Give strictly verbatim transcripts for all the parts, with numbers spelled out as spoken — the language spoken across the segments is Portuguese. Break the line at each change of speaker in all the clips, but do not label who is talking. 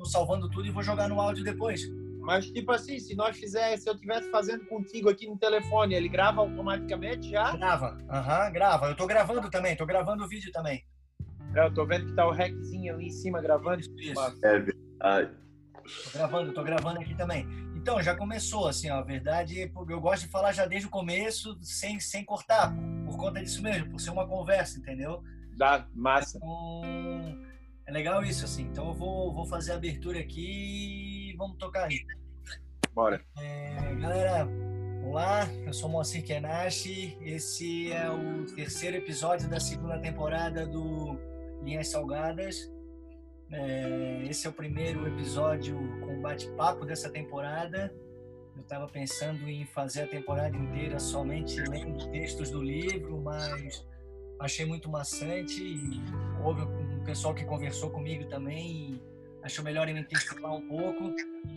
tô salvando tudo e vou jogar no áudio depois.
Mas, tipo assim, se nós fizesse, se eu estivesse fazendo contigo aqui no telefone, ele grava automaticamente já?
Grava, aham, uhum, grava. Eu tô gravando também, tô gravando o vídeo também.
É, eu tô vendo que tá o reczinho ali em cima gravando.
Isso.
É verdade.
Tô gravando, tô gravando aqui também. Então, já começou, assim, ó, a verdade, eu gosto de falar já desde o começo, sem, sem cortar, por, por conta disso mesmo, por ser uma conversa, entendeu?
Dá, massa.
Então, é legal isso, assim. Então, eu vou, vou fazer a abertura aqui e vamos tocar aí.
Bora.
É, galera, olá, eu sou Moacir Kenashi, esse é o terceiro episódio da segunda temporada do Linhas Salgadas. É, esse é o primeiro episódio com bate-papo dessa temporada. Eu estava pensando em fazer a temporada inteira somente lendo textos do livro, mas achei muito maçante e houve um pessoal que conversou comigo também e achou melhor eu me antecipar um pouco.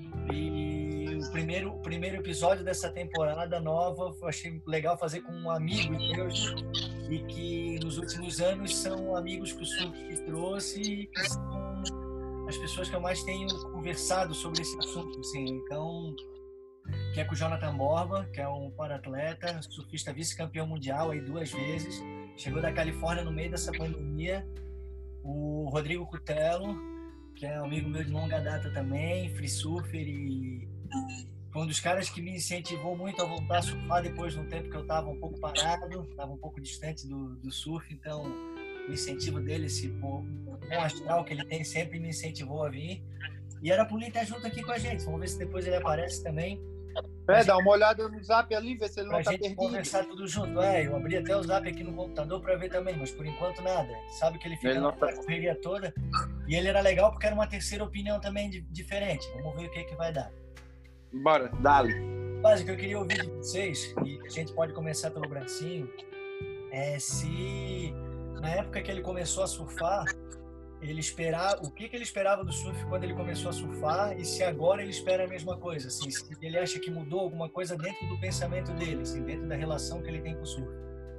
E o primeiro, o primeiro episódio dessa temporada nova eu achei legal fazer com um amigo meu e que nos últimos anos são amigos que o surf trouxe e que são as pessoas que eu mais tenho conversado sobre esse assunto, assim. Então, que é com o Jonathan Borba, que é um para-atleta, surfista vice-campeão mundial aí duas vezes, chegou da Califórnia no meio dessa pandemia. O Rodrigo Cutelo, que é um amigo meu de longa data também, free surfer, e foi um dos caras que me incentivou muito a voltar a surfar depois de um tempo que eu estava um pouco parado, estava um pouco distante do, do surf. Então o incentivo dele, esse bom astral que ele tem, sempre me incentivou a vir. E era por ele estar junto aqui com a gente. Vamos ver se depois ele aparece também.
É, dá uma olhada no zap ali, ver se ele não tá
gente
perdido.
Conversar tudo junto. É, eu abri até o zap aqui no computador para ver também, mas por enquanto nada. Sabe que ele fica ele na tá... correria toda. E ele era legal porque era uma terceira opinião também de, diferente. Vamos ver o que, que vai dar.
Bora, dale.
Mas o que eu queria ouvir de vocês, e a gente pode começar pelo bracinho, é se na época que ele começou a surfar, ele esperava, o que, que ele esperava do surf quando ele começou a surfar, e se agora ele espera a mesma coisa, assim, se ele acha que mudou alguma coisa dentro do pensamento dele, assim, dentro da relação que ele tem com o surf.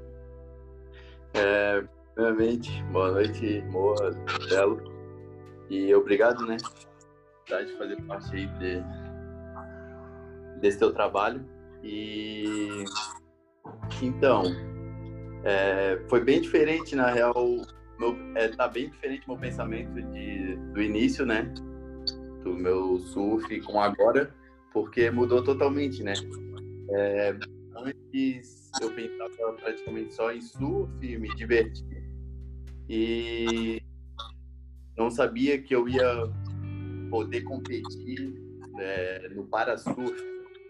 É, primeiramente, boa noite, Moa, Belo, e obrigado, né, de fazer parte aí de, desse teu trabalho. E então, é, foi bem diferente, na real. Meu, é, tá bem diferente o meu pensamento de, do início, né? Do meu surf com agora, porque mudou totalmente, né? É, antes eu pensava praticamente só em surf, me divertir, e não sabia que eu ia poder competir, é, no para-surf.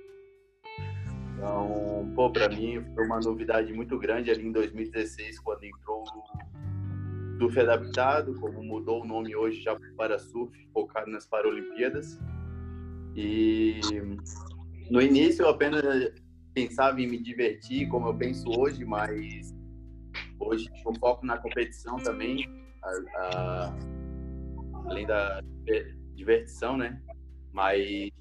Então, pô, pra mim foi uma novidade muito grande ali em dois mil e dezesseis, quando entrou Surf Adaptado, como mudou o nome hoje já para Surf, focado nas Paralimpíadas. E no início eu apenas pensava em me divertir, como eu penso hoje, mas hoje eu foco na competição também, a, a, além da divertição, né? Mas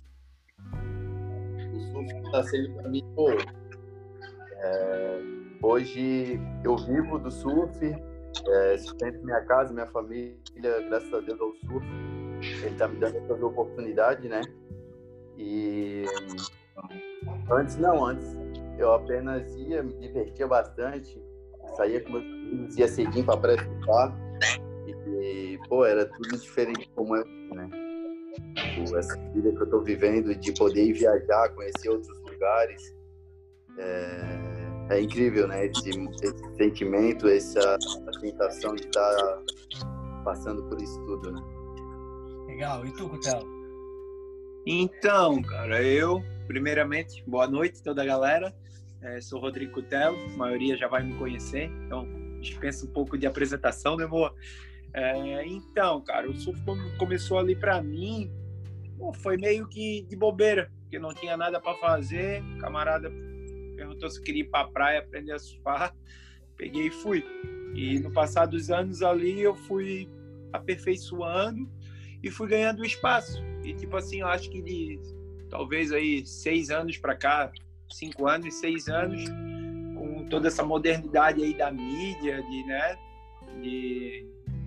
o surf está sendo para mim, pô, é, hoje eu vivo do surf. É, sustento minha casa, minha família, graças a Deus ao surf. Ele tá me dando essas oportunidades, né? E antes não, antes eu apenas ia, me divertia bastante, saía com meus amigos, ia cedinho pra praia surfar. E, pô, era tudo diferente como é, né? Tipo, essa vida que eu tô vivendo, de poder ir viajar, conhecer outros lugares. É... É incrível, né? Esse, esse sentimento, essa sensação de estar passando por isso tudo, né?
Legal. E tu, Cutelo?
Então, cara, eu, primeiramente, boa noite toda a galera. É, sou Rodrigo Cutelo, a maioria já vai me conhecer, então dispensa um pouco de apresentação, né, boa? É, então, cara, o surf começou ali pra mim, pô, foi meio que de bobeira, porque não tinha nada pra fazer, o camarada perguntou se queria ir pra praia aprender a surfar, peguei e fui. E no passar dos anos ali eu fui aperfeiçoando e fui ganhando espaço. E tipo assim, eu acho que de talvez aí seis anos pra cá, cinco anos, seis anos, com toda essa modernidade aí da mídia, de, né, de,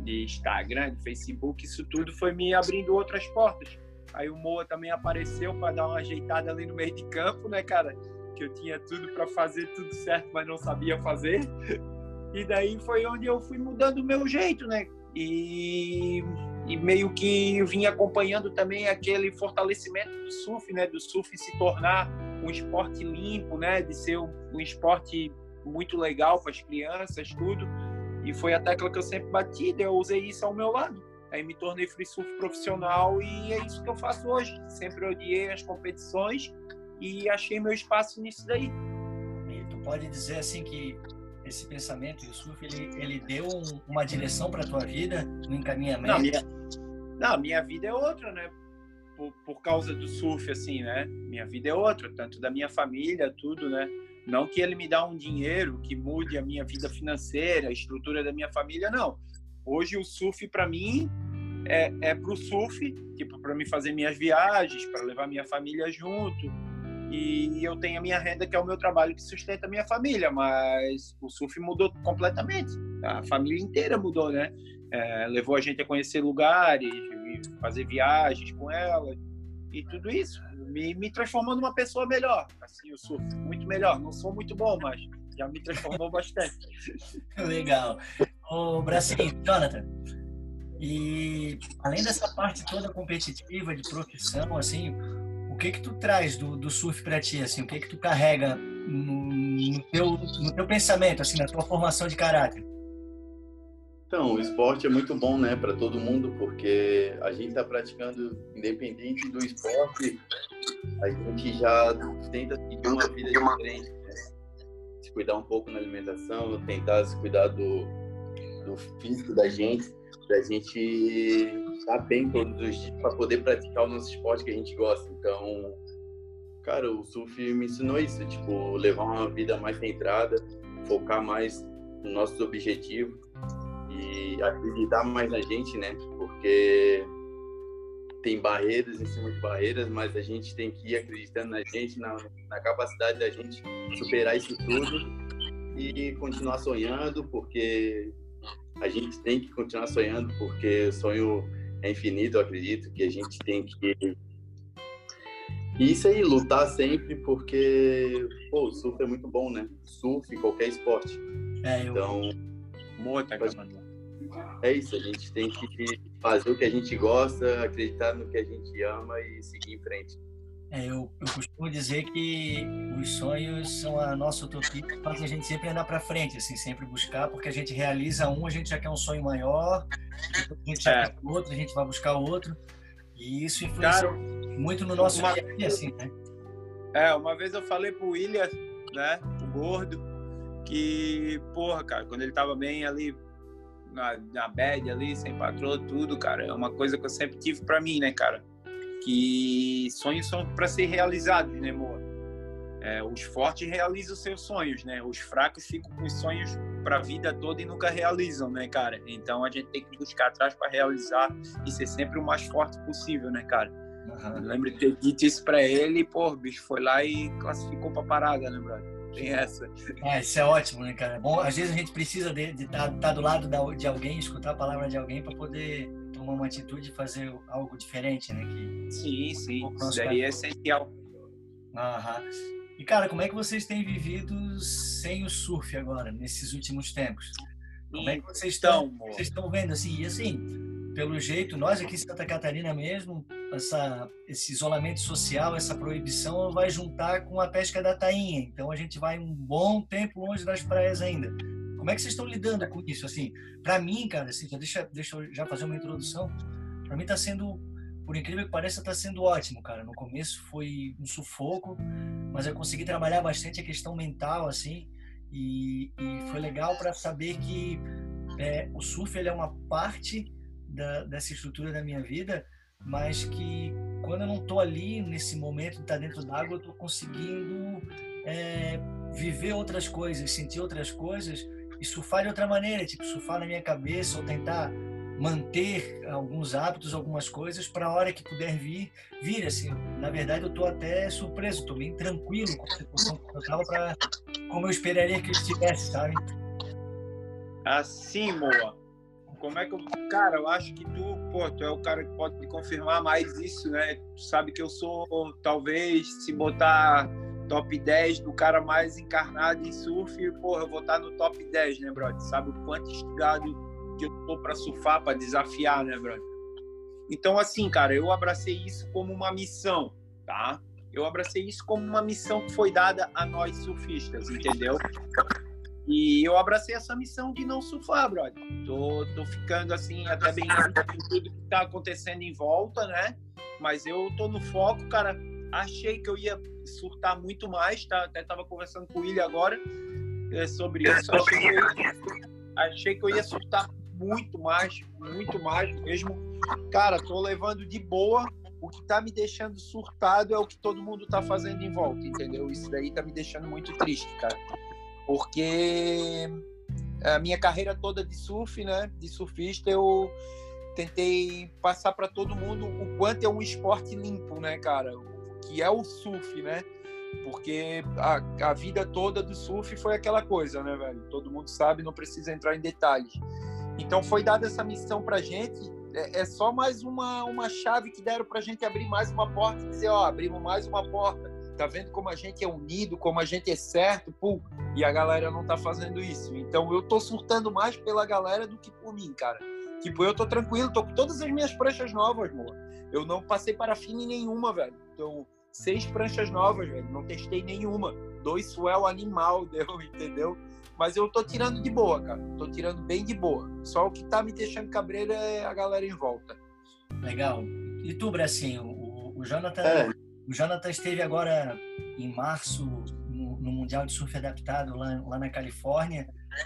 de Instagram, de Facebook, isso tudo foi me abrindo outras portas. Aí o Moa também apareceu para dar uma ajeitada ali no meio de campo, né, cara? Que eu tinha tudo para fazer tudo certo, mas não sabia fazer. E daí foi onde eu fui mudando o meu jeito, né? E, e meio que eu vim acompanhando também aquele fortalecimento do surf, né? Do surf se tornar um esporte limpo, né? De ser um, um esporte muito legal para as crianças, tudo. E foi a tecla que eu sempre bati, eu usei isso ao meu lado. Aí me tornei free surf profissional e é isso que eu faço hoje. Sempre odiei as competições e achei meu espaço nisso daí.
E tu pode dizer assim que esse pensamento do surf, ele, ele deu um, uma direção para a tua vida, um encaminhamento?
Não, minha, não, minha vida é outra, né? Por, por causa do surf, assim, né? Minha vida é outra, tanto da minha família, tudo, né? Não que ele me dá um dinheiro que mude a minha vida financeira, a estrutura da minha família, não. Hoje o surf para mim é, é pro surf, tipo, para mim fazer minhas viagens, para levar minha família junto. E eu tenho a minha renda, que é o meu trabalho que sustenta a minha família, mas o surf mudou completamente. A família inteira mudou, né? É, levou a gente a conhecer lugares, fazer viagens com ela e tudo isso. Me, me transformou numa pessoa melhor, assim, o surf, muito melhor. Não sou muito bom, mas já me transformou bastante.
Legal. Ô, Bracinho, Jonathan, e além dessa parte toda competitiva de profissão, assim, o que que tu traz do, do surf para ti, assim, o que que tu carrega no, no, teu, no teu pensamento, assim, na tua formação de caráter?
Então, o esporte é muito bom, né, para todo mundo, porque a gente está praticando, independente do esporte, a gente já tenta seguir uma vida diferente, né? Se cuidar um pouco na alimentação, tentar se cuidar do, do físico da gente, pra gente estar bem todos os dias para poder praticar o nosso esporte que a gente gosta. Então, cara, o surf me ensinou isso, tipo, levar uma vida mais centrada, focar mais nos nossos objetivos e acreditar mais na gente, né? Porque tem barreiras em cima de barreiras, mas a gente tem que ir acreditando na gente, na, na capacidade da gente superar isso tudo e continuar sonhando, porque a gente tem que continuar sonhando, porque o sonho é infinito, eu acredito que a gente tem que... E isso aí, lutar sempre, porque pô, o surf é muito bom, né? Surf, qualquer esporte.
É, eu...
Então,
Muita coisa.
É isso, a gente tem que fazer o que a gente gosta, acreditar no que a gente ama e seguir em frente.
É, eu, eu costumo dizer que os sonhos são a nossa utopia, faz a gente sempre andar para frente, assim, sempre buscar, porque a gente realiza um, a gente já quer um sonho maior, a gente já
É.
quer outro, a gente vai buscar outro, e isso influencia
Cara,
muito no nosso
uma-
dia a dia, assim, né?
É, uma vez eu falei pro William, né, o gordo, que, porra, cara, quando ele tava bem ali na, na bad ali, sem patroa, tudo, cara, é uma coisa que eu sempre tive pra mim, né, cara, que sonhos são pra ser realizados, né, amor? É, os fortes realizam os seus sonhos, né, os fracos ficam com os sonhos pra vida toda e nunca realizam, né, cara, então a gente tem que buscar atrás pra realizar e ser sempre o mais forte possível, né, cara.
Uhum.
Eu lembro de ter dito isso pra ele e, pô, o bicho foi lá e classificou pra parada, né, brother? Tem essa.
É, isso é ótimo, né, cara? Bom, às vezes a gente precisa de estar tá, tá do lado da, de alguém, escutar a palavra de alguém para poder tomar uma atitude e fazer algo diferente, né? Que...
Sim, sim.
Um
Isso daí é essencial.
Aham. E, cara, como é que vocês têm vivido sem o surf agora, nesses últimos tempos? Como é que vocês estão,
Então,
vocês estão vendo, assim? E, assim, pelo jeito, nós aqui em Santa Catarina mesmo, essa, esse isolamento social, essa proibição vai juntar com a pesca da tainha. Então, a gente vai um bom tempo longe das praias ainda. Como é que vocês estão lidando com isso? Assim, para mim, cara, assim, já deixa, deixa eu já fazer uma introdução. Para mim está sendo, por incrível que pareça, está sendo ótimo, cara. No começo foi um sufoco, mas eu consegui trabalhar bastante a questão mental, assim, e, e foi legal para saber que é, o surf ele é uma parte da, dessa estrutura da minha vida, mas que quando eu não estou ali nesse momento de estar dentro d'água, eu estou conseguindo é, viver outras coisas, sentir outras coisas e surfar de outra maneira, tipo surfar na minha cabeça ou tentar manter alguns hábitos, algumas coisas para a hora que puder vir, vir assim. Na verdade, eu estou até surpreso, estou bem tranquilo com a situação que eu estava, para como eu esperaria que eu estivesse, sabe?
Assim, Moa, como é que eu... Cara, eu acho que tu, pô, tu é o cara que pode confirmar mais isso, né? Tu sabe que eu sou, talvez, se botar top dez do cara mais encarnado em surf, porra, eu vou estar no top dez, né, brother? Sabe o quanto instigado que eu tô pra surfar, pra desafiar, né, brother? Então, assim, cara, eu abracei isso como uma missão, tá? Eu abracei isso como uma missão que foi dada a nós surfistas, entendeu? E eu abracei essa missão de não surfar, brother. Tô, tô ficando, assim, até bem com tudo que tá acontecendo em volta, né? Mas eu tô no foco, cara. Achei que eu ia surtar muito mais, tá? Até tava conversando com o William agora é, sobre isso. Achei que, eu ia, achei que eu ia surtar muito mais, muito mais mesmo. Cara, tô levando de boa. O que tá me deixando surtado é o que todo mundo tá fazendo em volta, entendeu? Isso daí tá me deixando muito triste, cara. Porque a minha carreira toda de surf, né, de surfista, eu tentei passar para todo mundo o quanto é um esporte limpo, né, cara, que é o surf, né, porque a, a vida toda do surf foi aquela coisa, né, velho, todo mundo sabe, não precisa entrar em detalhes. Então foi dada essa missão pra gente, é, é só mais uma, uma chave que deram pra gente abrir mais uma porta e dizer, ó, abrimos mais uma porta. Tá vendo como a gente é unido, como a gente é certo, pô, e a galera não tá fazendo isso. Então eu tô surtando mais pela galera do que por mim, cara. Tipo, eu tô tranquilo, tô com todas as minhas pranchas novas, amor. Eu não passei parafina em nenhuma, velho. Então, seis pranchas novas, velho. Não testei nenhuma. Dois swell animal, deu, entendeu? Mas eu tô tirando de boa, cara. Tô tirando bem de boa. Só o que tá me deixando cabreiro é a galera em volta.
Legal. E tu, Bracinho? O, o Jonathan...
É.
O Jonathan esteve agora em março no, no Mundial de Surf Adaptado lá, lá na Califórnia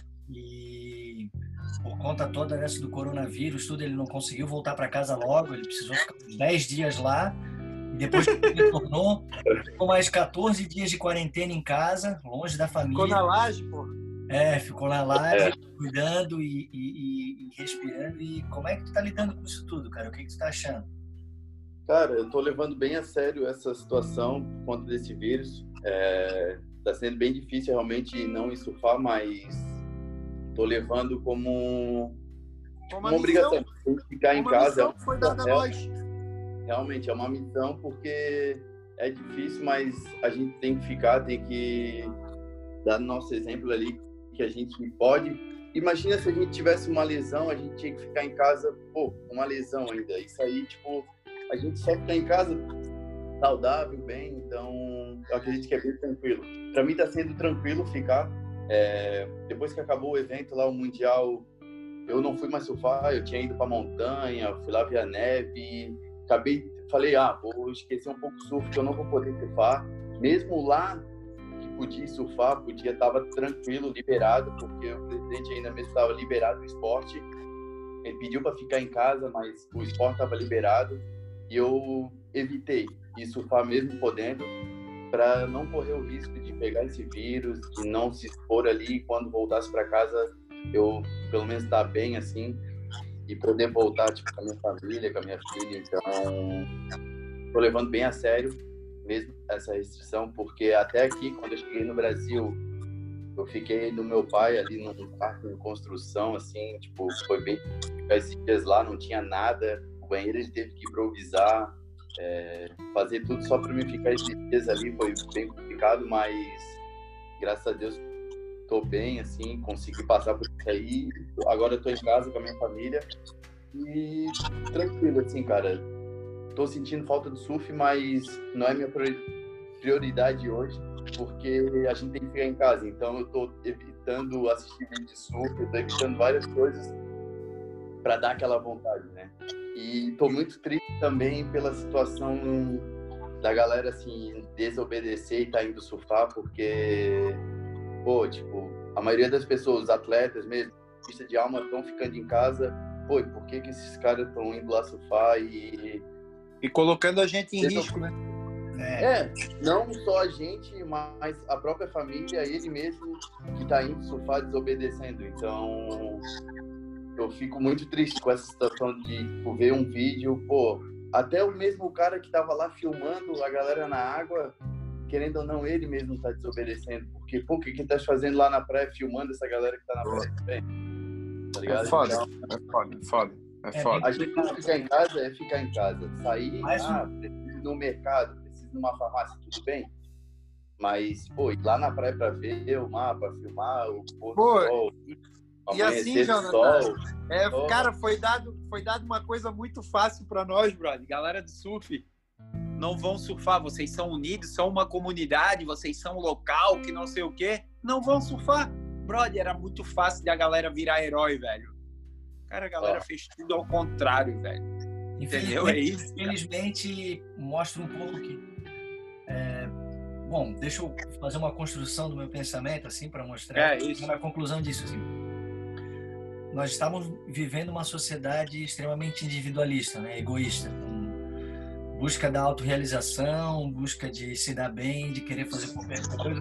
e por conta toda dessa do coronavírus, tudo, ele não conseguiu voltar para casa logo, ele precisou ficar uns dez dias lá e depois que ele retornou, ficou mais quatorze dias de quarentena em casa, longe da família.
Ficou na laje, pô?
É, ficou na laje, é. cuidando e, e, e respirando. E como é que tu tá lidando com isso tudo, cara? O que, que tu tá achando?
Cara, eu tô levando bem a sério essa situação por conta desse vírus. É, tá sendo bem difícil realmente não ir surfar, mas tô levando como, como uma, uma obrigação. Tem que ficar em casa.
Missão foi dada a nós.
Realmente, é uma missão porque é difícil, mas a gente tem que ficar, tem que dar nosso exemplo ali, que a gente pode. Imagina se a gente tivesse uma lesão, a gente tinha que ficar em casa, pô, uma lesão ainda. Isso aí, tipo... A gente só fica em casa saudável, bem, então eu acredito que é bem tranquilo. Para mim tá sendo tranquilo ficar. É, depois que acabou o evento lá, o Mundial, eu não fui mais surfar, eu tinha ido para montanha, fui lá ver a neve, acabei, falei, ah, vou esquecer um pouco o surf, que eu não vou poder surfar. Mesmo lá, que podia surfar, podia, estava tranquilo, liberado, porque o presidente ainda mesmo estava liberado do esporte. Ele pediu para ficar em casa, mas o esporte estava liberado. E eu evitei ir surfar mesmo podendo, para não correr o risco de pegar esse vírus, de não se expor ali. Quando voltasse para casa, eu pelo menos estar bem assim e poder voltar tipo, com a minha família, com a minha filha. Então, estou levando bem a sério mesmo essa restrição, porque até aqui, quando eu cheguei no Brasil, eu fiquei no meu pai ali num parque de construção, assim, tipo, foi bem... Esses dias lá não tinha nada. O banheiro ele teve que improvisar, é, fazer tudo só para mim ficar esses dias ali, foi bem complicado, mas graças a Deus estou bem, assim, consegui passar por isso aí. Agora estou em casa com a minha família e tranquilo, assim, cara. Estou sentindo falta do surf, mas não é minha prioridade hoje, porque a gente tem que ficar em casa, então eu estou evitando assistir vídeo de surf, eu estou evitando várias coisas para dar aquela vontade, né? E tô muito triste também pela situação da galera, assim, desobedecer e tá indo surfar, porque, pô, tipo, a maioria das pessoas, os atletas mesmo, pista de alma, estão ficando em casa. Pô, e por que que esses caras estão indo lá surfar e...
E colocando a gente em risco, né?
É, não só a gente, mas a própria família, ele mesmo que tá indo surfar desobedecendo. Então... eu fico muito triste com essa situação de tipo, ver um vídeo, pô, até o mesmo cara que tava lá filmando a galera na água, querendo ou não, ele mesmo tá desobedecendo, porque, pô, o que que tá fazendo lá na praia, filmando essa galera que tá na praia também? tá ligado?
É foda,
Então,
é foda, é foda. É
É,
foda.
a gente ficar em casa é ficar em casa. Sair,
Mas,
ah, preciso ir no mercado, preciso ir numa farmácia, tudo bem. Mas, pô, ir lá na praia pra ver o mar, pra filmar o pôr do
Pô,
sol,
E assim,
amanhecer do
Jonathan,
sol.
é,
Oh.
cara, foi dado, foi dado uma coisa muito fácil pra nós, brother.
Galera do surf, não vão surfar, vocês são unidos, são uma comunidade, vocês são local, que não sei o quê, não vão surfar. Brother, era muito fácil de a galera virar herói, velho. Cara, a galera
Ah.
fez tudo ao contrário, velho. Entendeu? É isso.
Infelizmente, mostra um pouco que... é, bom, deixa eu fazer uma construção do meu pensamento, assim, para mostrar
É isso.
a conclusão disso, assim. Nós estamos vivendo uma sociedade extremamente individualista, né? Egoísta. Com busca da autorrealização, busca de se dar bem, de querer fazer qualquer coisa.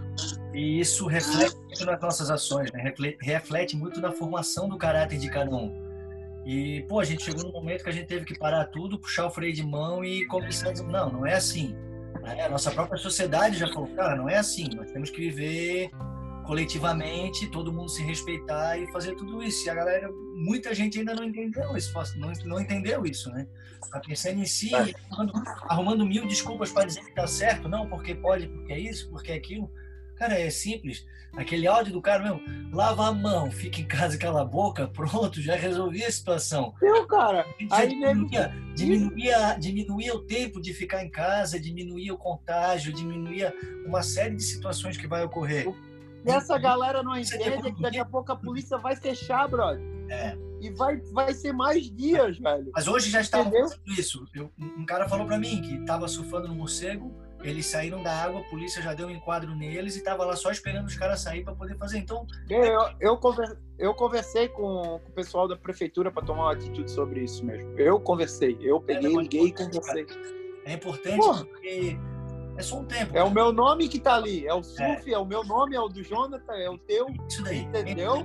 E isso reflete muito nas nossas ações, né? Reflete, reflete muito na formação do caráter de cada um. E, pô, a gente chegou num momento que a gente teve que parar tudo, puxar o freio de mão e começar a dizer, não, não é assim. A nossa própria sociedade já falou, cara, não é assim. Nós temos que viver coletivamente, todo mundo se respeitar e fazer tudo isso. E a galera, muita gente ainda não entendeu isso, não, não entendeu isso, né? Tá pensando em si,
É.
arrumando, arrumando mil desculpas para dizer que tá certo, não, porque pode, porque é isso, porque é aquilo. Cara, é simples. Aquele áudio do cara mesmo, lava a mão, fica em casa e cala a boca, pronto, já resolvi a situação.
Eu, cara, aí nego...
Diminuía, diminuía, diminuía o tempo de ficar em casa, diminuía o contágio, diminuía uma série de situações que vai ocorrer.
E essa galera não entende que daqui a pouco a polícia vai fechar, brother.
É.
E vai, vai ser mais dias, velho.
Mas hoje já estavam
Entendeu?
fazendo isso. Eu, um cara falou pra mim que estava surfando no morcego, eles saíram da água, a polícia já deu um enquadro neles e estava lá só esperando os caras sair para poder fazer. Então,
Eu, eu, conver, eu conversei com, com o pessoal da prefeitura para tomar uma atitude sobre isso mesmo. Eu conversei, eu peguei,
É,
liguei e
importante,
conversei.
é importante
Porra.
porque é só um tempo.
É o meu nome que tá ali, é o surf, é, é o meu nome, é o do Jonathan, é o teu,
Isso daí.
entendeu?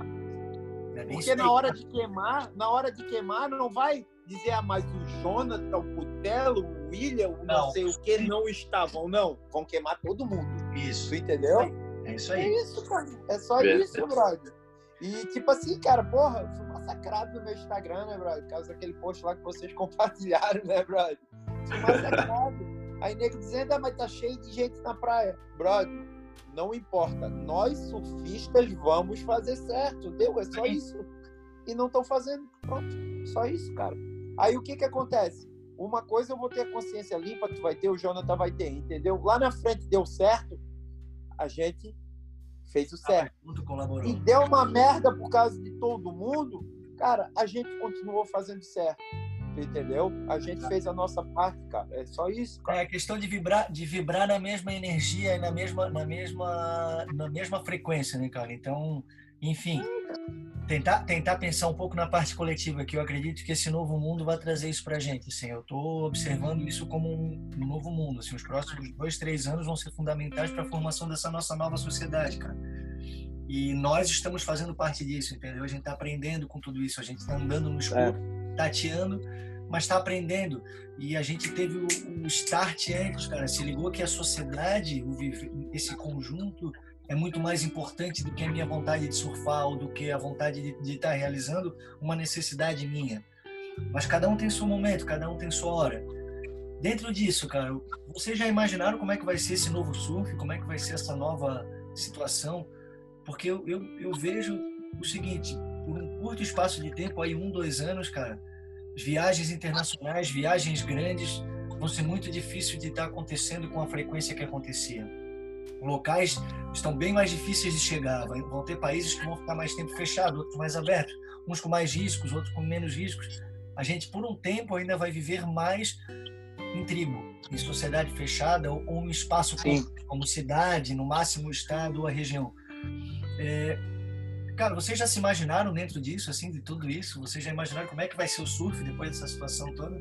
É bem
Porque
isso daí.
na hora de queimar, na hora de queimar, não vai dizer, ah, mas o Jonathan, o Cutelo, o William, o não,
Não.
sei o que, não estavam. Não, vão queimar todo mundo.
Isso.
Tu entendeu?
É isso
É
aí.
isso, cara. É só
Verdade.
isso, brother. E tipo assim, cara, porra, eu fui massacrado no meu Instagram, né, brother? Por causa daquele post lá que vocês compartilharam, né, brother? Fui massacrado. Aí nego dizendo, ah, mas tá cheio de gente na praia. Brother, não importa. Nós, surfistas, vamos fazer certo, deu? É só isso. E não estão fazendo. Pronto. Só isso, cara. Aí o que que acontece? Uma coisa eu vou ter a consciência limpa, tu vai ter, o Jonathan vai ter, entendeu? Lá na frente deu certo, a gente fez o certo.
Tudo colaborou.
E deu uma merda por causa de todo mundo, cara, a gente continuou fazendo certo. Tu entendeu? A gente fez a nossa parte, cara. É só isso, cara.
É questão de vibrar, de vibrar na mesma energia e na mesma, na mesma, na mesma frequência, né, cara? Então, enfim, tentar, tentar pensar um pouco na parte coletiva, que eu acredito que esse novo mundo vai trazer isso pra gente. Assim, eu tô observando isso como um, um novo mundo. Assim, os próximos dois, três anos vão ser fundamentais para a formação dessa nossa nova sociedade, cara. E nós estamos fazendo parte disso, entendeu? A gente tá aprendendo com tudo isso, a gente tá andando no escuro, é. tateando, mas está aprendendo. E a gente teve o, o start antes, cara. Se ligou que a sociedade, o, esse conjunto, é muito mais importante do que a minha vontade de surfar ou do que a vontade de, de estar realizando uma necessidade minha. Mas cada um tem seu momento, cada um tem sua hora. Dentro disso, cara, vocês já imaginaram como é que vai ser esse novo surf? Como é que vai ser essa nova situação? Porque eu, eu, eu vejo o seguinte, por um curto espaço de tempo, aí um, dois anos, cara, viagens internacionais, viagens grandes, vão ser muito difíceis de estar acontecendo com a frequência que acontecia. Locais estão bem mais difíceis de chegar, vão ter países que vão ficar mais tempo fechados, outros mais abertos, uns com mais riscos, outros com menos riscos. A gente, por um tempo, ainda vai viver mais em tribo, em sociedade fechada ou, ou em espaço como, como cidade, no máximo o estado ou a região. É, cara, vocês já se imaginaram dentro disso, assim, de tudo isso? Vocês já imaginaram como é que vai ser o surf depois dessa situação toda?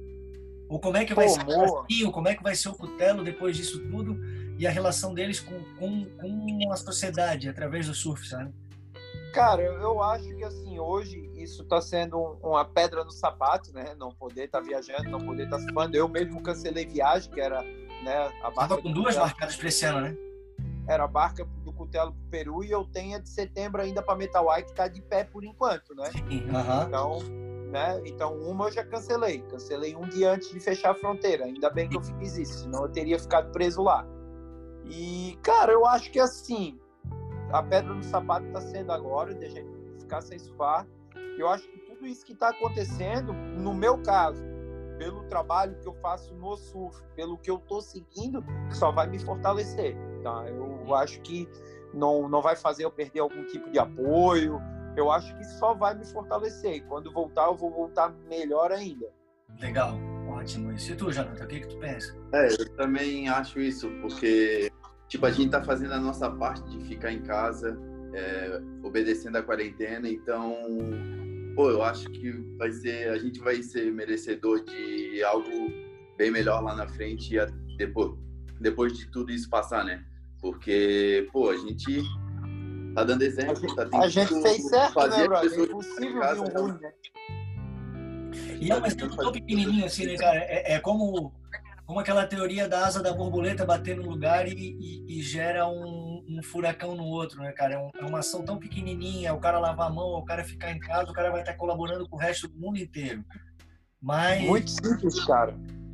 Ou como é que vai Pô, ser o Brasil, como é que vai ser o Cutelo depois disso tudo e a relação deles com, com, com a sociedade através do surf, sabe?
Cara, eu acho que assim, hoje isso está sendo um, uma pedra no sapato, né? Não poder estar tá viajando, não poder estar tá surfando. Eu mesmo cancelei viagem, que era, né, a
Tava com duas marcadas para esse ano, né?
era a barca do Cutelo pro Peru, e eu tenho a de setembro ainda para Metawai, que tá de pé por enquanto, né?
Sim, uhum.
Então, né? Então, uma eu já cancelei. Cancelei um dia antes de fechar a fronteira. Ainda bem que eu fiz isso, senão eu teria ficado preso lá. E, cara, eu acho que assim, a pedra no sapato tá sendo agora, de a gente ficar sem surfar. Eu acho que tudo isso que tá acontecendo, no meu caso, pelo trabalho que eu faço no surf, pelo que eu tô seguindo, só vai me fortalecer, tá? Eu acho que não, não vai fazer eu perder algum tipo de apoio. Eu acho que só vai me fortalecer. E quando voltar, eu vou voltar melhor ainda.
Legal, ótimo isso. E tu, Jonathan, o que que tu pensa?
É, eu também acho isso, porque tipo, a gente tá fazendo a nossa parte de ficar em casa, é, obedecendo a quarentena, então, pô, eu acho que vai ser, a gente vai ser merecedor de algo bem melhor lá na frente, depois, depois de tudo isso passar, né? Porque, pô, a gente tá dando exemplo, tá tentando
A gente fez certo,
fazer
né,
as
brother? É
pessoas
impossível
casa,
vir um ruim, né?
E é um exemplo tão pequenininho assim, né, cara? É, é como, como aquela teoria da asa da borboleta bater num lugar e, e, e gera um, um furacão no outro, né, cara? É, um, é uma ação tão pequenininha, o cara lavar a mão, o cara ficar em casa, o cara vai estar colaborando com o resto do mundo inteiro. Mas...
Muito simples, cara.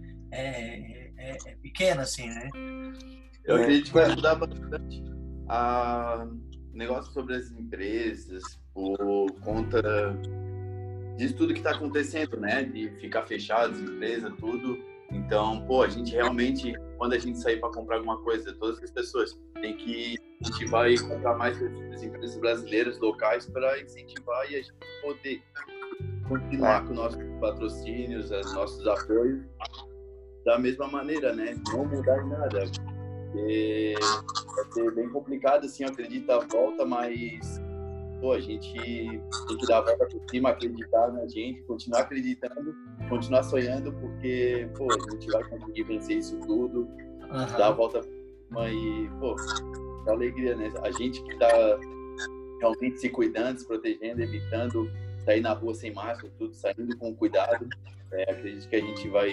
É, é, é pequeno, assim, né?
Eu acredito que vai mudar bastante a negócio sobre as empresas por conta disso tudo que está acontecendo, né? De ficar fechado, as empresas, tudo. Então, pô, a gente realmente, quando a gente sair para comprar alguma coisa, todas as pessoas tem que incentivar e comprar mais as empresas brasileiras, locais, para incentivar e a gente poder continuar com nossos patrocínios, os nossos apoios da mesma maneira, né? Não mudar em nada. Porque vai ser bem complicado, assim, eu acredito, a volta, mas, pô, a gente tem que dar a volta por cima, acreditar na gente, continuar acreditando, continuar sonhando, porque, pô, a gente vai conseguir vencer isso tudo, uhum. Dar a volta por cima e, pô, dá alegria, né? A gente que tá realmente se cuidando, se protegendo, evitando sair na rua sem máscara, tudo, saindo com cuidado, é, acredito que a gente vai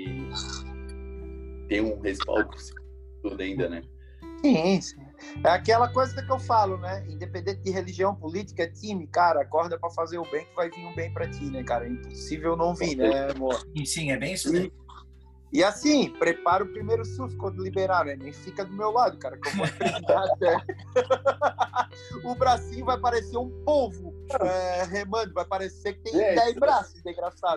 ter um respaldo tudo ainda, né?
Sim, sim. É aquela coisa que eu falo, né? Independente de religião, política, time, cara, acorda pra fazer o bem que vai vir um bem pra ti, né, cara? É impossível não vir, né, amor?
E sim, é bem isso daí.
E, e assim, prepara o primeiro surf quando liberar, né? Nem fica do meu lado, cara, que eu vou acreditar até. O bracinho vai parecer um polvo é, remando, vai parecer que tem dez braços, desgraçado.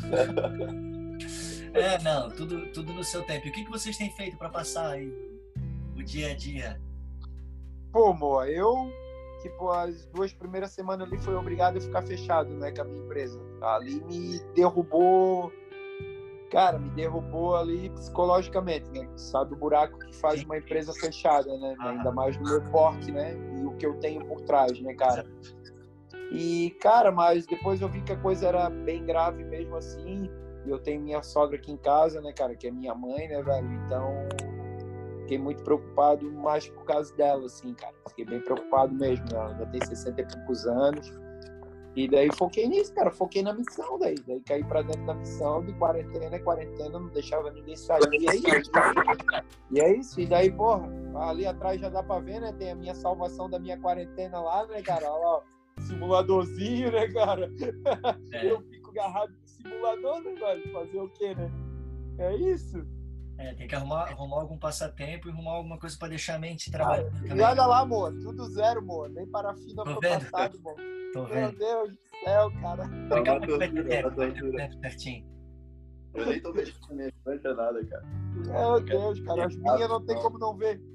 É, não, tudo, tudo no seu tempo. E o que, que vocês têm feito para passar aí o dia a dia?
Pô, amor, eu, tipo, as duas primeiras semanas ali foi obrigado a ficar fechado, né, com a minha empresa. Ali me derrubou, cara, me derrubou ali psicologicamente, né? Sabe o buraco que faz uma empresa fechada, né? Ah. Ainda mais no meu porte, né? E o que eu tenho por trás, né, cara? E, cara, mas depois eu vi que a coisa era bem grave mesmo assim. Eu tenho minha sogra aqui em casa, né, cara, que é minha mãe, né, velho? Então, fiquei muito preocupado mais por causa dela, assim, cara. Fiquei bem preocupado mesmo, né? Ela já tem sessenta e poucos anos. E daí foquei nisso, cara. Foquei na missão daí. Daí caí pra dentro da missão de quarentena, quarentena, não deixava ninguém sair. E é isso. E é isso. E daí, porra, ali atrás já dá pra ver, né? Tem a minha salvação da minha quarentena lá, né, cara? Olha lá, simuladorzinho, né, cara? É. Eu fico agarrado no simulador, né, velho? Fazer o quê, né? É isso.
É, tem que arrumar, arrumar algum passatempo e arrumar alguma coisa pra deixar a mente trabalhando
ah,
também.
E olha lá, amor, tudo zero, amor. Nem parafina foi passado, amor.
Tô
Meu
vendo.
Deus do céu, cara.
Legal, vai ter tempo, vai ter tempo certinho.
Eu nem tô deixando mesmo, não vai ter nada, cara.
Meu Deus, cara, as minhas não tem como não ver.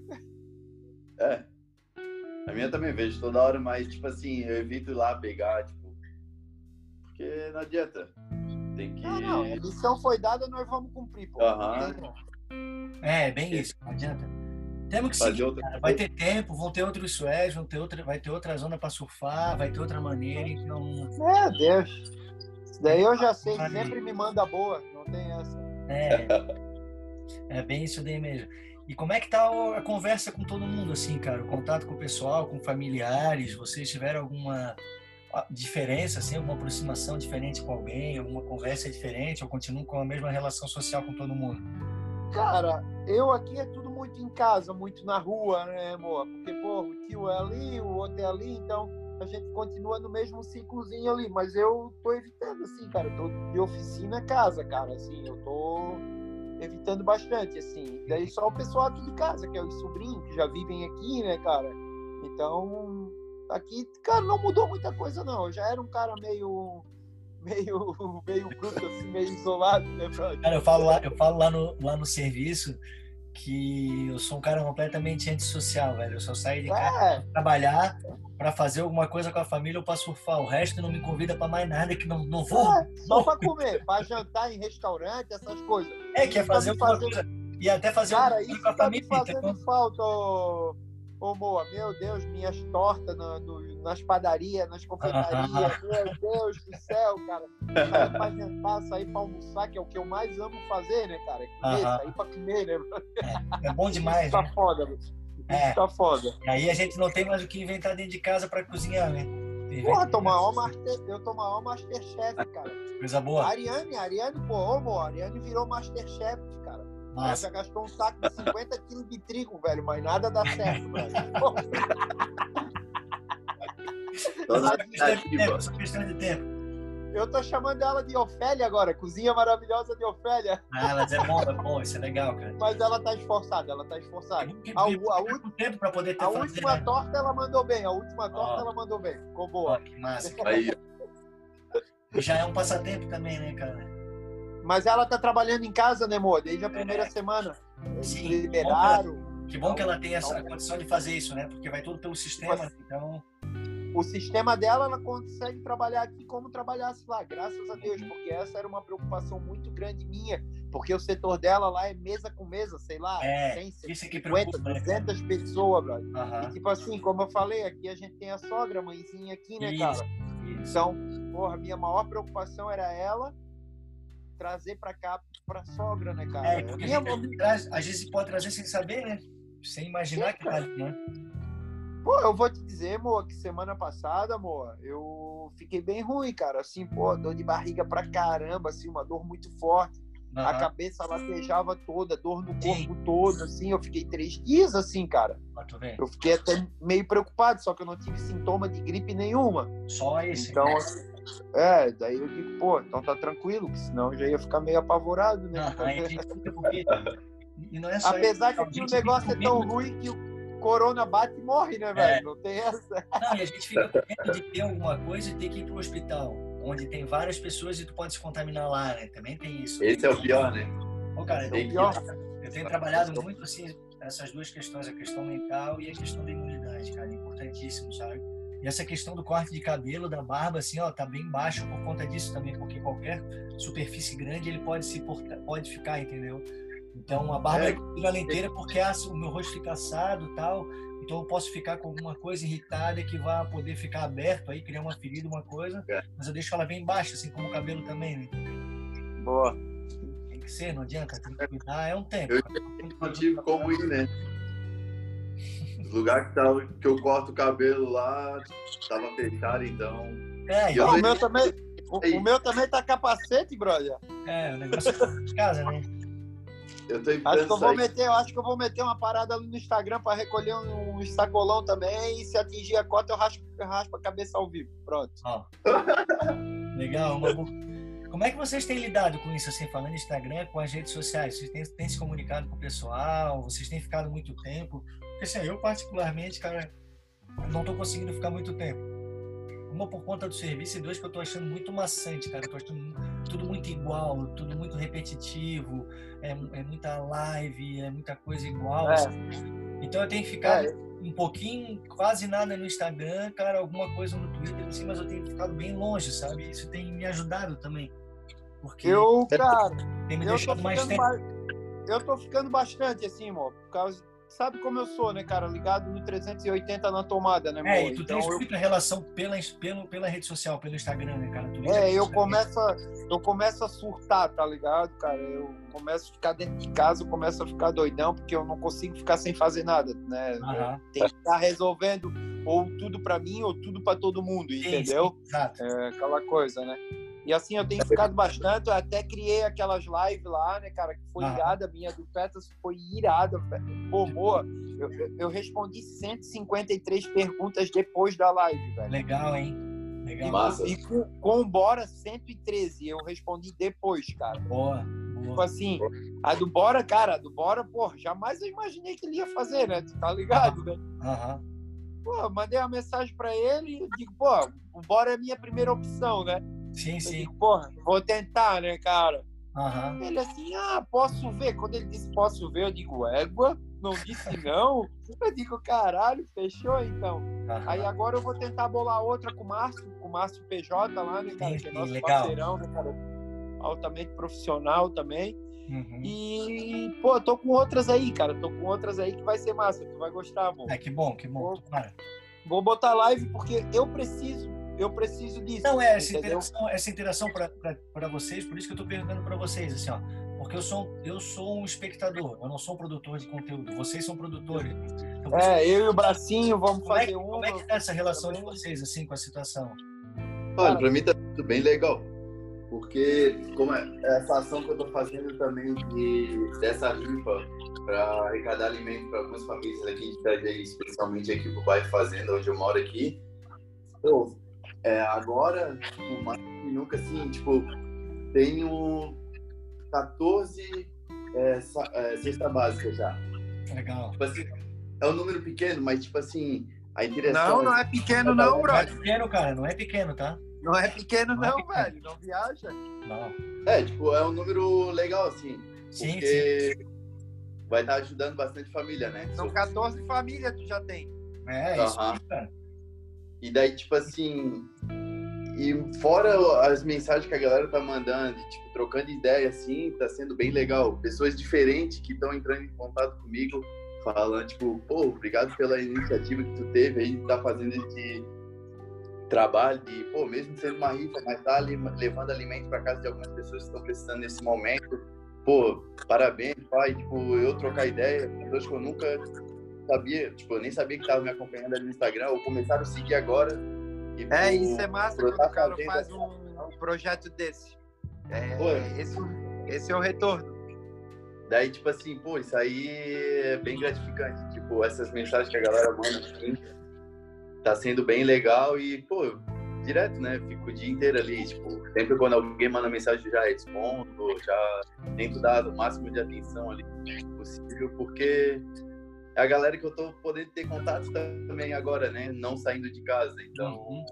É. A minha também vejo toda hora, mas, tipo assim, eu evito ir lá pegar, tipo, porque não adianta. Tem que...
Não, não, a missão foi dada, nós vamos cumprir, pô.
Aham.
É, bem isso, não adianta. Temos que seguir, outra... cara. Vai ter tempo, vão ter outros sués, vão ter outra, vai ter outra zona para surfar, vai ter outra maneira, então...
Meu Deus. Isso daí eu já sei, sempre me manda boa, não tem essa.
É, é bem isso daí mesmo. E como é que tá a conversa com todo mundo, assim, cara? O contato com o pessoal, com familiares, vocês tiveram alguma diferença, assim, alguma aproximação diferente com alguém, alguma conversa diferente, ou continuam com a mesma relação social com todo mundo?
Cara, eu aqui é tudo muito em casa, muito na rua, né, amor? Porque, pô, o tio é ali, o outro é ali, então a gente continua no mesmo ciclozinho ali. Mas eu tô evitando, assim, cara. Eu tô de oficina a casa, cara, assim. Eu tô evitando bastante, assim. Daí só o pessoal aqui de casa, que é os sobrinhos, que já vivem aqui, né, cara? Então, aqui, cara, não mudou muita coisa, não. Eu já era um cara meio... meio, meio bruto, assim, meio isolado, né, brother?
Cara, eu falo lá, eu falo lá no, lá no serviço que eu sou um cara completamente antissocial, velho. Eu só saio de casa
É,
pra trabalhar, pra fazer alguma coisa com a família ou pra surfar. O resto não me convida pra mais nada, que não, não vou.
é, só pra comer, pra jantar em restaurante, essas coisas.
É, que é fazer
Tá me
alguma
fazendo-
coisa. E até fazer
Cara,
alguma coisa
isso
com a
tá me
família.
fazendo
Então,
falta, ô, ô Moa. Meu Deus, minhas tortas no, no- nas padarias, nas confeitarias. Meu Deus do céu, cara. Sair pra jantar, sair pra almoçar, que é o que eu mais amo fazer, né, cara? É comer,
Aham.
sair pra comer, né?
é, é bom demais,
Isso tá
né?
foda, mano. Isso
É.
tá foda.
E aí a gente não tem mais o que inventar dentro de casa pra cozinhar, né?
Porra, tô maior master, eu tô maior Masterchef, cara.
Coisa
A
boa.
Ariane, a Ariane, pô, ô, amor, a Ariane virou Masterchef, cara. Ela
Massa.
já gastou um saco de cinquenta quilos de trigo, velho, mas nada dá certo, velho. Pô,
Toda
Só questão de
ativa.
tempo, só questão de tempo.
eu tô chamando ela de Ofélia agora, cozinha maravilhosa de Ofélia,
Ah, mas é bom, é bom, isso é legal, cara.
mas ela tá esforçada, ela tá esforçada.
Tem que
A,
ter
u- a, u-
tempo pra poder ter
a
fazer,
última
né?
torta ela mandou bem, a última torta
Ó.
ela mandou bem, ficou
Ó,
boa.
que massa. cara.
Aí,
E já é um passatempo também, né, cara?
Mas ela tá trabalhando em casa, né, amor? Desde a primeira semana. Eles
Sim,
liberaram.
Que bom que ela tem essa
Então-
condição de fazer isso, né? Porque vai tudo pelo sistema,
Tipo assim,
então...
O sistema dela, ela consegue trabalhar aqui como trabalhasse lá, graças a Deus, porque essa era uma preocupação muito grande minha, porque o setor dela lá é mesa com mesa, sei lá,
É,
cem,
isso é que
cinquenta,
preocupa, né,
duzentas pessoas, brother. E
Aham.
tipo assim, como eu falei, aqui a gente tem a sogra, a mãezinha aqui, né,
Isso,
cara?
isso.
Então, porra, minha maior preocupação era ela trazer pra cá, pra sogra, né, cara?
É, porque
minha
a gente traz, às vezes pode trazer sem saber, né? Sem imaginar
Sim,
que tá ali, né?
Pô, eu vou te dizer, amor, que semana passada, amor, eu fiquei bem ruim, cara. Assim, pô, dor de barriga pra caramba, assim, uma dor muito forte. A
Aham.
cabeça latejava toda, dor no
Sim.
corpo todo, assim. Eu fiquei três dias assim, cara.
Ó, tu vê?
Eu fiquei até meio preocupado, só que eu não tive sintoma de gripe nenhuma.
Só esse.
Então, é, daí eu digo, pô, então tá tranquilo, que senão eu já ia ficar meio apavorado, né?
Aham, aí a gente fica com medo. E não é só
Apesar
isso,
que aqui
a
o
gente fica
negócio é
com
tão
medo-
ruim que o corona bate e morre, né, velho?
É.
Não tem essa.
Não, e a gente fica com medo de ter alguma coisa e ter que ir pro hospital, onde tem várias pessoas e tu pode se contaminar lá, né? Também tem isso.
esse é o pior, né?
Pô, cara,
Esse é
tem
o
que-
pior.
eu tenho trabalhado muito, assim, essas duas questões, a questão mental e a questão da imunidade, cara, é importantíssimo, sabe? E essa questão do corte de cabelo, da barba, assim, ó, tá bem baixo por conta disso também, porque qualquer superfície grande ele pode se portar, pode ficar, entendeu? Então a barba
É.
é tira ela inteira porque ah, o meu rosto fica assado e tal, então eu posso ficar com alguma coisa irritada que vai poder ficar aberto aí, criar uma ferida, uma coisa,
É.
mas eu deixo ela bem baixa, assim como o cabelo também, né?
Boa.
Tem que ser, não adianta, tem que cuidar, é um tempo.
Eu-
cara.
Não tive como ir, né? O lugar que, tava, que eu corto o cabelo lá tava fechado, então.
É,
E eu
Pô, o
vejo-
meu também, o,
Ei.
o meu também tá capacete, brother.
é, o negócio é de casa, né?
Eu tô
Acho que
evitando
eu vou
sair.
meter, eu acho que eu vou meter uma parada ali no Instagram pra recolher um, um sacolão também. E se atingir a cota, eu raspo, eu raspo a cabeça ao vivo. Pronto.
Ó. Legal, uma boa. Como é que vocês têm lidado com isso, assim, falando Instagram, com as redes sociais? Vocês têm, têm se comunicado com o pessoal? Vocês têm ficado muito tempo? Porque, assim, eu particularmente, cara, não tô conseguindo ficar muito tempo. Uma por conta do serviço e dois que eu tô achando muito maçante, cara. Eu tô achando tudo muito igual, tudo muito repetitivo, é, é muita live, é muita coisa igual.
É.
assim. Então eu tenho ficado
É.
um pouquinho, quase nada no Instagram, cara, alguma coisa no Twitter, assim, mas eu tenho ficado bem longe, sabe? Isso tem me ajudado também. Porque
Eu, cara,
tem me
eu tô,
deixado mais
ficando
tempo.
ba- eu tô ficando bastante assim, amor. Por causa. Sabe como eu sou, né, cara? Ligado no trezentos e oitenta na tomada, né, amor?
É, e tu
então,
tens
eu,
muita relação pela, pelo, pela rede social, pelo Instagram, né, cara? Tu liga
é,
pro
eu
Instagram.
começo, a, eu começo a surtar, tá ligado, cara? Eu começo a ficar dentro de casa, eu começo a ficar doidão, porque eu não consigo ficar sem fazer nada, né?
Aham.
Tem que estar resolvendo ou tudo pra mim ou tudo pra todo mundo,
Sim,
entendeu?
sim, exato.
É aquela coisa, né? E assim, eu tenho ficado bastante, eu até criei aquelas lives lá, né, cara, que foi
Ah.
irada, a minha do Petras foi irada, velho. Pô, boa, eu, eu, eu respondi cento e cinquenta e três perguntas depois da live, velho.
Legal, hein? Legal.
Massa.
E com, com o Bora cento e treze, eu respondi depois, cara.
Boa,
Tipo
boa.
assim, a do Bora, cara, a do Bora, pô, jamais eu imaginei que ele ia fazer, né? Tu tá ligado, né?
Aham.
Pô, eu mandei uma mensagem pra ele e eu digo, pô, o Bora é a minha primeira opção, né?
Sim,
Eu
sim.
digo, pô, vou tentar, né, cara?
Aham.
Ele assim, ah, posso ver. Quando ele disse posso ver, eu digo, égua, não disse não. Eu digo, caralho, fechou então. Aí
Aham.
agora eu vou tentar bolar outra com o Márcio, com o Márcio P J lá, né, cara?
Sim,
Que é
sim,
nosso
legal.
parceirão, né, cara? Altamente profissional também.
Uhum.
E, pô, eu tô com outras aí, cara. Tô com outras aí que vai ser massa. Tu vai gostar, amor.
Ah, que bom, que bom.
Vou-
Tomara.
Vou botar live porque eu preciso, eu preciso disso.
Não, é essa
entendeu?
interação, essa interação para vocês, por isso que eu estou perguntando para vocês, assim, ó, porque eu sou, eu sou um espectador, eu não sou um produtor de conteúdo, vocês são produtores. Então,
É, eu e o Bracinho vamos
como, é que,
fazer
como é
uma.
que tá essa relação de vocês, assim, com a situação?
Olha, pra mim tá tudo bem legal. Porque como é, essa ação que eu tô fazendo também de, dessa rifa para arrecadar alimento para algumas famílias aqui de Itajaí, especialmente aqui pro bairro Fazenda, onde eu moro aqui. Pô, é, agora, tipo, mais que nunca, assim, tipo, tenho quatorze é, sa- é, cesta básica já.
Legal.
Tipo assim, é um número pequeno, mas tipo assim, a interação...
Não, não é pequeno não,
Não é
brother.
pequeno, cara, não é pequeno, tá?
Não é pequeno
Não é
não,
pequeno.
velho. Não viaja.
Não.
É, tipo, é um número legal, assim,
Sim, sim.
porque vai estar ajudando bastante família, né?
São quatorze famílias tu já tem.
É, isso
Aham.
aí, cara.
E daí, tipo assim, e fora as mensagens que a galera tá mandando, e, tipo, trocando ideia, assim, tá sendo bem legal. Pessoas diferentes que estão entrando em contato comigo, falando, tipo, pô, obrigado pela iniciativa que tu teve aí de tá fazendo esse trabalho de, pô, mesmo sendo uma rifa, mas tá ali levando alimento para casa de algumas pessoas que estão precisando nesse momento. Pô, parabéns, pai. Tipo, eu trocar ideia com pessoas que eu nunca sabia, tipo, eu nem sabia que tava me acompanhando ali no Instagram, ou começaram a seguir agora. E,
É,
tipo,
isso é massa
por
quando o
tá
cara
fazendo
faz
essa
um,
ação.
um projeto desse. É,
Pô,
esse, esse é o retorno.
daí, tipo assim, pô, isso aí é bem gratificante. Tipo, essas mensagens que a galera manda assim, tá sendo bem legal e, pô, direto, né? Fico o dia inteiro ali, tipo, sempre quando alguém manda mensagem eu já respondo, já tento dar o máximo de atenção ali possível, porque é a galera que eu tô podendo ter contato também agora, né? Não saindo de casa. Então,
Uhum.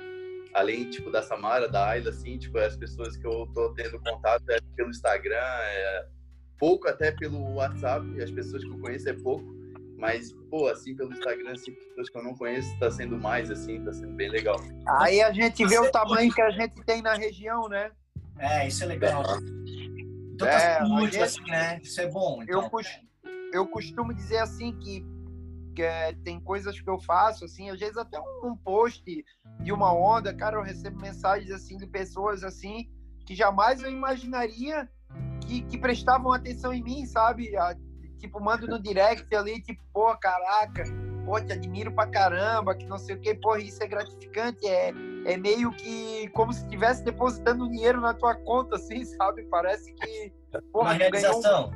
além, tipo, da Samara, da Ayla, assim, tipo, as pessoas que eu tô tendo contato é pelo Instagram, é pouco até pelo WhatsApp, as pessoas que eu conheço é pouco, mas, pô, assim, pelo Instagram, assim, pessoas que eu não conheço, tá sendo mais, assim, tá sendo bem legal.
Aí a gente vê o tamanho que a gente tem na região, né?
É, isso é legal. Então tá
É,
sendo
a
útil,
gente-
assim, né? Isso é bom, então.
Eu, cos- eu costumo dizer assim que, que é, tem coisas que eu faço, assim, às vezes até um, um post de uma onda, cara, eu recebo mensagens assim de pessoas assim que jamais eu imaginaria que, que prestavam atenção em mim, sabe? A- tipo, mando no direct ali, tipo, pô, caraca, pô, te admiro pra caramba, que não sei o que, pô, isso é gratificante, é, é meio que como se estivesse depositando dinheiro na tua conta, assim, sabe? Parece que,
Uma
porra, tu ganhou um-
realização.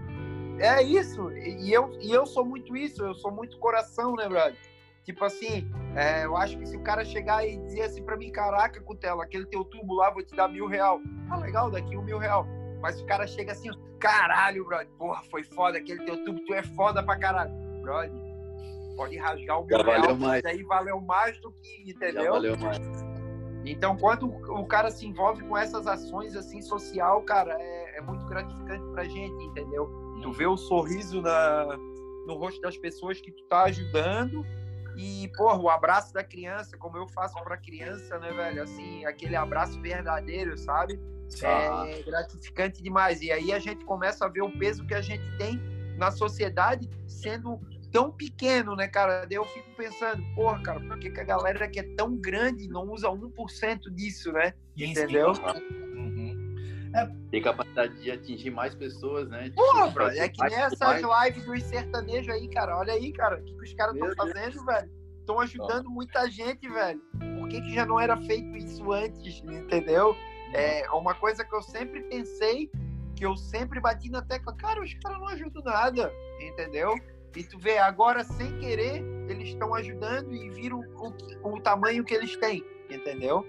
é isso, e eu, e eu sou muito isso, eu sou muito coração, né, brother? Tipo assim, é, eu acho que se o cara chegar e dizer assim pra mim, caraca, Cutelo, aquele teu tubo lá, vou te dar mil real. Ah, legal, daqui um mil real. Mas se o cara chega assim, caralho, brother, porra, foi foda aquele teu tubo, tu é foda pra caralho. Brother, pode rasgar o mil
Já valeu
real,
mais.
isso daí valeu mais do que,
Já
entendeu?
valeu mais.
Então, quando o cara se envolve com essas ações, assim, social, cara, é, é muito gratificante pra gente, entendeu? Tu vê o sorriso na, no rosto das pessoas que tu tá ajudando e, porra, o abraço da criança, como eu faço pra criança, né, velho? Assim, aquele abraço verdadeiro, sabe?
Sim.
É gratificante demais. E aí a gente começa a ver o peso que a gente tem na sociedade sendo tão pequeno, né, cara? Daí eu fico pensando, porra, cara, por que, que a galera que é tão grande não usa um por cento disso, né?
Sim,
Entendeu?
sim. Uhum.
Tem capacidade de atingir mais pessoas, né? De-
Porra,
de
brother, é que
mais-
nessas
mais-
lives dos sertanejos aí, cara, olha aí, cara, o que, que os caras estão
Meu Deus.
fazendo, velho? Estão ajudando muita gente, velho. Por que, que já não era feito isso antes, entendeu? É uma coisa que eu sempre pensei, que eu sempre bati na tecla, cara, os caras não ajudam nada, entendeu? E tu vê, agora, sem querer, eles estão ajudando e viram o, o, o tamanho que eles têm, entendeu?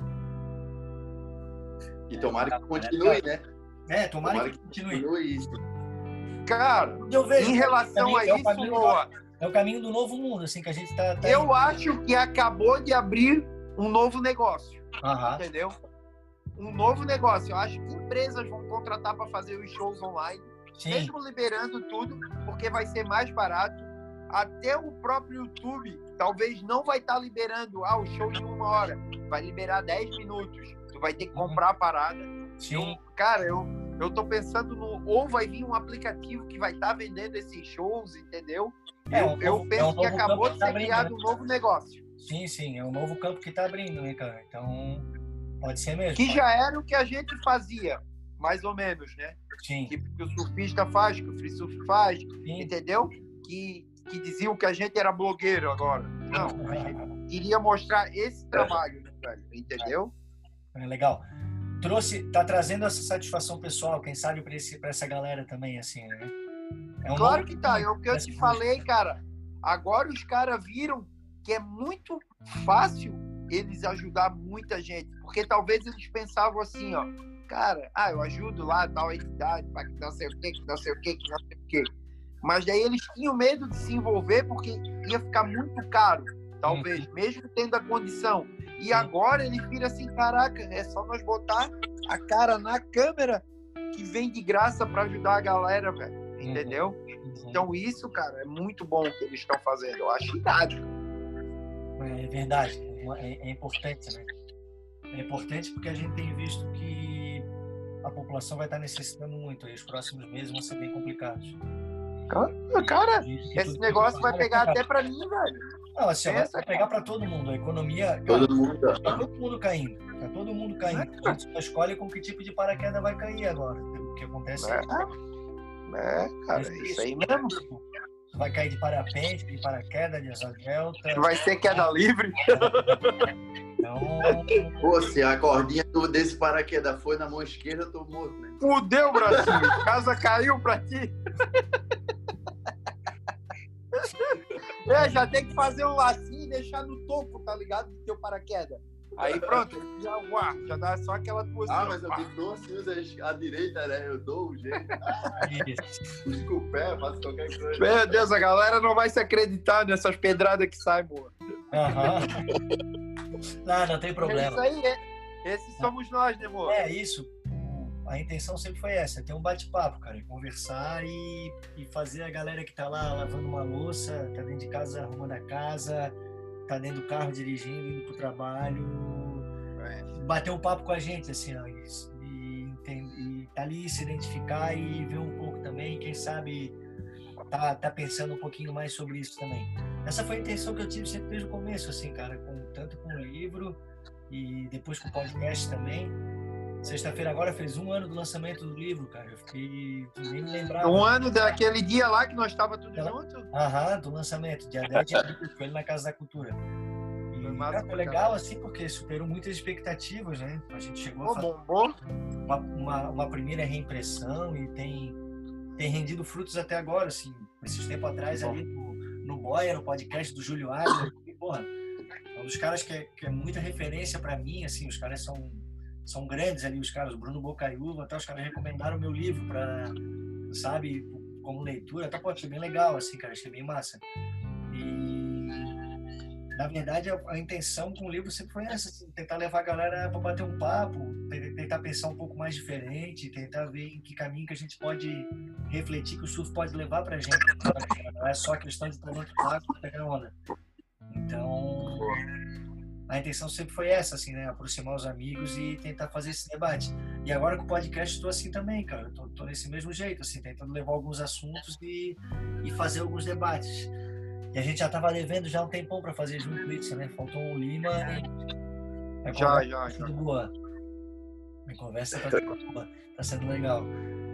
E tomara que continue, né?
É, tomara,
Tomara
que
que
continue.
continue isso.
Cara,
Eu vejo,
em relação a
é o
isso,
caminho,
Moa,
é o caminho do novo mundo, assim, que a gente tá... tá
eu acho que acabou de abrir um novo negócio,
Aham.
entendeu? Um novo negócio. Eu acho que empresas vão contratar para fazer os shows online,
Sim.
mesmo liberando tudo, porque vai ser mais barato. Até o próprio YouTube talvez não vai estar liberando ah, o show de uma hora, vai liberar dez minutos. Tu vai ter que comprar a parada.
Sim.
Eu, cara, eu, eu tô pensando no... Ou vai vir um aplicativo que vai estar vendendo esses shows, entendeu?
É,
eu
um
eu
novo-
penso
é um
que
novo
acabou
campo
de
que tá
ser
abrindo,
criado
né?
um novo negócio.
Sim, sim, é um novo campo que tá abrindo, né, cara? Então, pode ser mesmo.
Que já era o que a gente fazia, mais ou menos, né?
Sim,
Que, que o surfista faz, que o free surf faz,
sim.
entendeu? Que, que diziam que a gente era blogueiro agora. Não, a gente queria mostrar esse trabalho, né, velho? Entendeu?
É legal. Trouxe, tá trazendo essa satisfação pessoal, quem sabe para esse, para essa galera também, assim, né? É um
Claro
novo
que tá. É o que eu
dessa
te
música.
falei, cara. Agora os caras viram que é muito fácil eles ajudar muita gente. Porque talvez eles pensavam assim, ó. Cara, ah, eu ajudo lá, tal entidade, para que não sei o que, que não sei o que, que não sei o que. Mas daí eles tinham medo de se envolver porque ia ficar muito caro, talvez,
Uhum.
mesmo tendo a condição. E agora eles viram assim, caraca, é só nós botar a cara na câmera que vem de graça para ajudar a galera, velho. Entendeu?
Uhum.
Então isso, cara, é muito bom o que eles estão fazendo. Eu acho irado.
É verdade, é, é importante, né? É importante porque a gente tem visto que a população vai estar necessitando muito e os próximos meses vão ser bem complicados.
Cara,
E- e
esse
tudo-
negócio
tudo
vai pegar
vai
até pra mim, velho.
Não, assim, ó, vai
Pensa,
pegar para todo mundo. A economia, cara,
Todo mundo.
tá todo mundo caindo. Tá todo mundo caindo. A gente só escolhe com que tipo de paraquedas vai cair agora. O que acontece é,
É, cara, é isso aí mesmo.
vai cair de parapente, de paraquedas, de asa delta.
Vai ser queda livre.
Então,
Pô, se a cordinha do- desse paraquedas foi na mão esquerda, eu tô morto, né?
Fudeu, Brasil. Casa caiu pra ti. É, já tem que fazer um lacinho e deixar no topo, tá ligado? Do teu paraquedas. Aí pronto, já, uá, já dá só aquela tua.
Ah, mas eu me dou assim, usa a direita, né? Eu dou o jeito.
isso.
Puxo o pé, faço qualquer coisa.
Meu Deus, a galera não vai se acreditar nessas pedradas que saem, boa.
Aham. Não, não tem
É
problema.
isso aí, é. Esses somos nós, né, amor?
É isso. O- A intenção sempre foi essa, ter um bate-papo, cara, e conversar e, e fazer a galera que tá lá lavando uma louça, tá dentro de casa arrumando a casa, tá dentro do carro dirigindo, indo pro trabalho, bater um papo com a gente, assim, ó, e, e, enten- e tá ali, se identificar e ver um pouco também, quem sabe tá, tá pensando um pouquinho mais sobre isso também. Essa foi a intenção que eu tive sempre desde o começo, assim, cara, com, tanto com o livro e depois com o podcast também. Sexta-feira agora fez um ano do lançamento do livro, cara. Eu fiquei. Nem me lembrava.
Um ano daquele dia lá que nós estava tudo
Ela-
junto.
Aham, do lançamento, dia dez de abril, foi ali na Casa da Cultura. E
Foi massa
cara, foi
pra
legal,
caralho.
assim, porque superou muitas expectativas, né? A gente chegou
Pô,
a fazer
bombou.
uma, uma, uma primeira reimpressão e tem, tem rendido frutos até agora, assim. Esses tempos atrás, ali no, no Boia, no podcast do Júlio Adler, e, porra, é um dos caras que é, que é muita referência pra mim, assim, os caras são, são grandes ali, os caras, o Bruno Bocaiúva, até os caras recomendaram o meu livro pra, sabe, como leitura, até pode ser bem legal, assim, cara, achei bem massa. E, na verdade, a, a intenção com o livro sempre foi essa, assim, tentar levar a galera para bater um papo, te- tentar pensar um pouco mais diferente, tentar ver em que caminho que a gente pode refletir que o surf pode levar pra gente. Não é só questão de talento claro e pegar onda. Então, a intenção sempre foi essa, assim, né? Aproximar os amigos e tentar fazer esse debate. E agora com o podcast estou assim também, cara. Tô, tô nesse mesmo jeito, assim, tentando levar alguns assuntos e, e fazer alguns debates. E a gente já estava devendo já um tempão para fazer junto isso, né? Faltou o Lima e... a
Já,
conversa
já,
tá
já.
sendo boa. A conversa tá sendo boa. Tá sendo legal.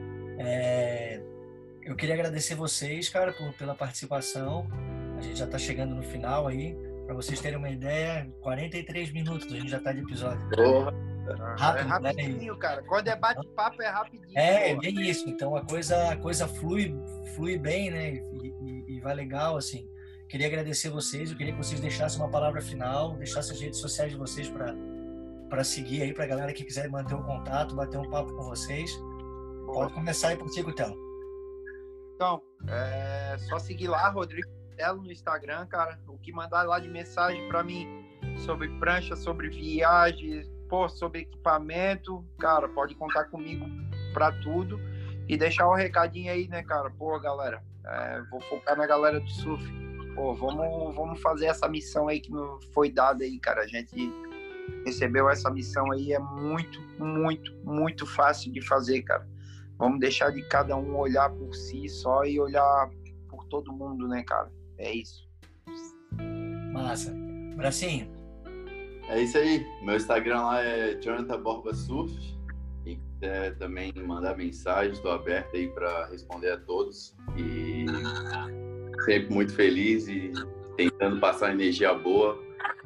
É, Eu queria agradecer vocês, cara, por, pela participação. A gente já tá chegando no final aí. Para vocês terem uma ideia, quarenta e três minutos a gente já está de episódio.
Porra.
Rápido,
é rapidinho, né? Cara. Quando é bate-papo, é rapidinho.
É, é
porra.
bem isso. Então a coisa, a coisa flui, flui bem, né? E, e, e vai legal, assim. Queria agradecer vocês, eu queria que vocês deixassem uma palavra final, deixassem as redes sociais de vocês para para seguir aí, para a galera que quiser manter o contato, bater um papo com vocês. Pode começar aí por ti, Cutelo.
Então, é só seguir lá, Rodrigo Cutelo, no Instagram, cara. O que mandar lá de mensagem para mim sobre prancha, sobre viagem, pô, sobre equipamento, cara, pode contar comigo para tudo. E deixar o um recadinho aí, né, cara? Pô, galera, é, vou focar na galera do surf. Pô, vamos, vamos fazer essa missão aí que foi dada aí, cara. A gente recebeu essa missão aí, é muito, muito, muito fácil de fazer, cara. Vamos deixar de cada um olhar por si só e olhar por todo mundo, né, cara? É isso.
Massa. Bracinho.
É isso aí. Meu Instagram lá é Jonathan Borba Surf. Quem quiser também mandar mensagem, estou aberto aí para responder a todos. E sempre muito feliz e tentando passar energia boa.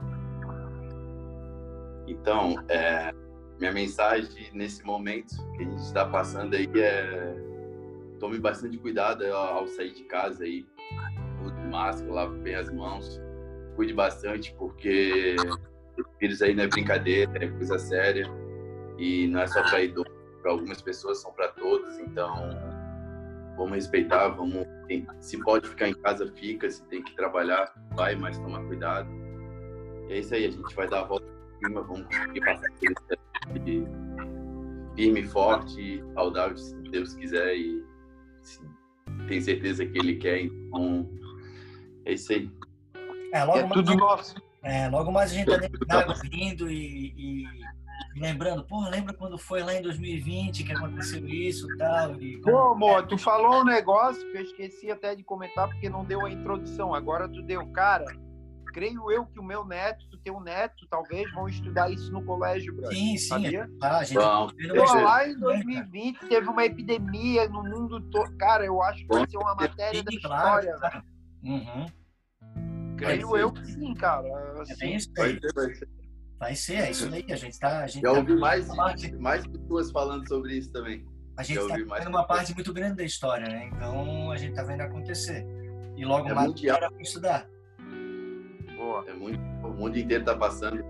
Então, é, minha mensagem nesse momento que a gente está passando aí é: tome bastante cuidado ao, ao sair de casa aí, use máscara, lave bem as mãos, cuide bastante, porque o vírus aí não é brincadeira, é coisa séria e não é só para idosos, para algumas pessoas, são para todos. Então, vamos respeitar, vamos, se pode ficar em casa, fica, se tem que trabalhar, vai, mas toma cuidado. E é isso aí, a gente vai dar a volta por cima, vamos conseguir passar por esse firme, forte, saudável, se Deus quiser, e sim, tenho certeza que Ele quer. Então, é isso aí.
É, logo
É
mais,
tudo nosso.
É, logo mais a gente tá dentro d'água rindo e, e, e lembrando, pô, lembra quando foi lá em dois mil e vinte que aconteceu isso e tal? E
Pô, amor, tu falou um negócio que eu esqueci até de comentar porque não deu a introdução. Agora tu deu. Cara, creio eu que o meu neto, o teu neto, talvez, vão estudar isso no colégio, brother.
Sim, sim.
Sabia?
Tá, a gente
Bom,
tá vendo
Pô,
bastante,
lá em
né,
dois mil e vinte teve uma epidemia no mundo todo. Cara, eu acho que vai ser uma matéria
sim,
da
claro,
história,
claro. Uhum.
Creio
Vai ser.
eu que sim, cara.
É
Assim,
bem isso
vai
aí.
ser, vai ser.
Vai ser, é isso aí. A gente tá. A gente
Já
tá
ouvi mais,
uma parte,
mais pessoas falando sobre isso também.
a gente
já
tá
ouvi mais
vendo uma
pessoas.
parte muito grande da história, né? Então a gente tá vendo acontecer. E logo
É
mais
mundial.
era pra estudar.
boa.
É muito, o mundo inteiro tá passando.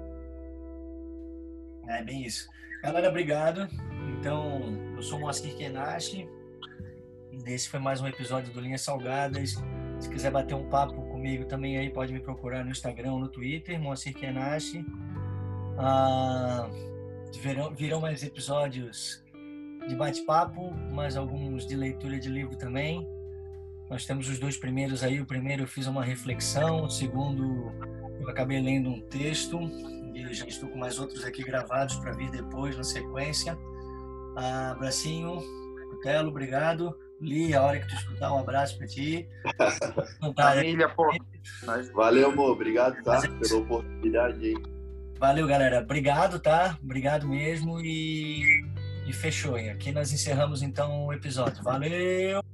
É bem isso. Galera, obrigado. Então, eu sou o Moacir Kenashi. Esse foi mais um episódio do Linhas Salgadas. Se quiser bater um papo comigo também aí, pode me procurar no Instagram ou no Twitter, Moacir Kenashi. Ah, virão, virão mais episódios de bate-papo, mais alguns de leitura de livro também. Nós temos os dois primeiros aí. O primeiro eu fiz uma reflexão, o segundo eu acabei lendo um texto e já estou com mais outros aqui gravados para vir depois na sequência. Ah, Bracinho, Cutelo, obrigado. Li, a hora que tu escutar, um abraço para ti.
Família, pô.
Valeu, amor. Obrigado, tá? Pela oportunidade aí.
Valeu, galera. Obrigado, tá? Obrigado mesmo e, e fechou. E aqui nós encerramos então o episódio. Valeu!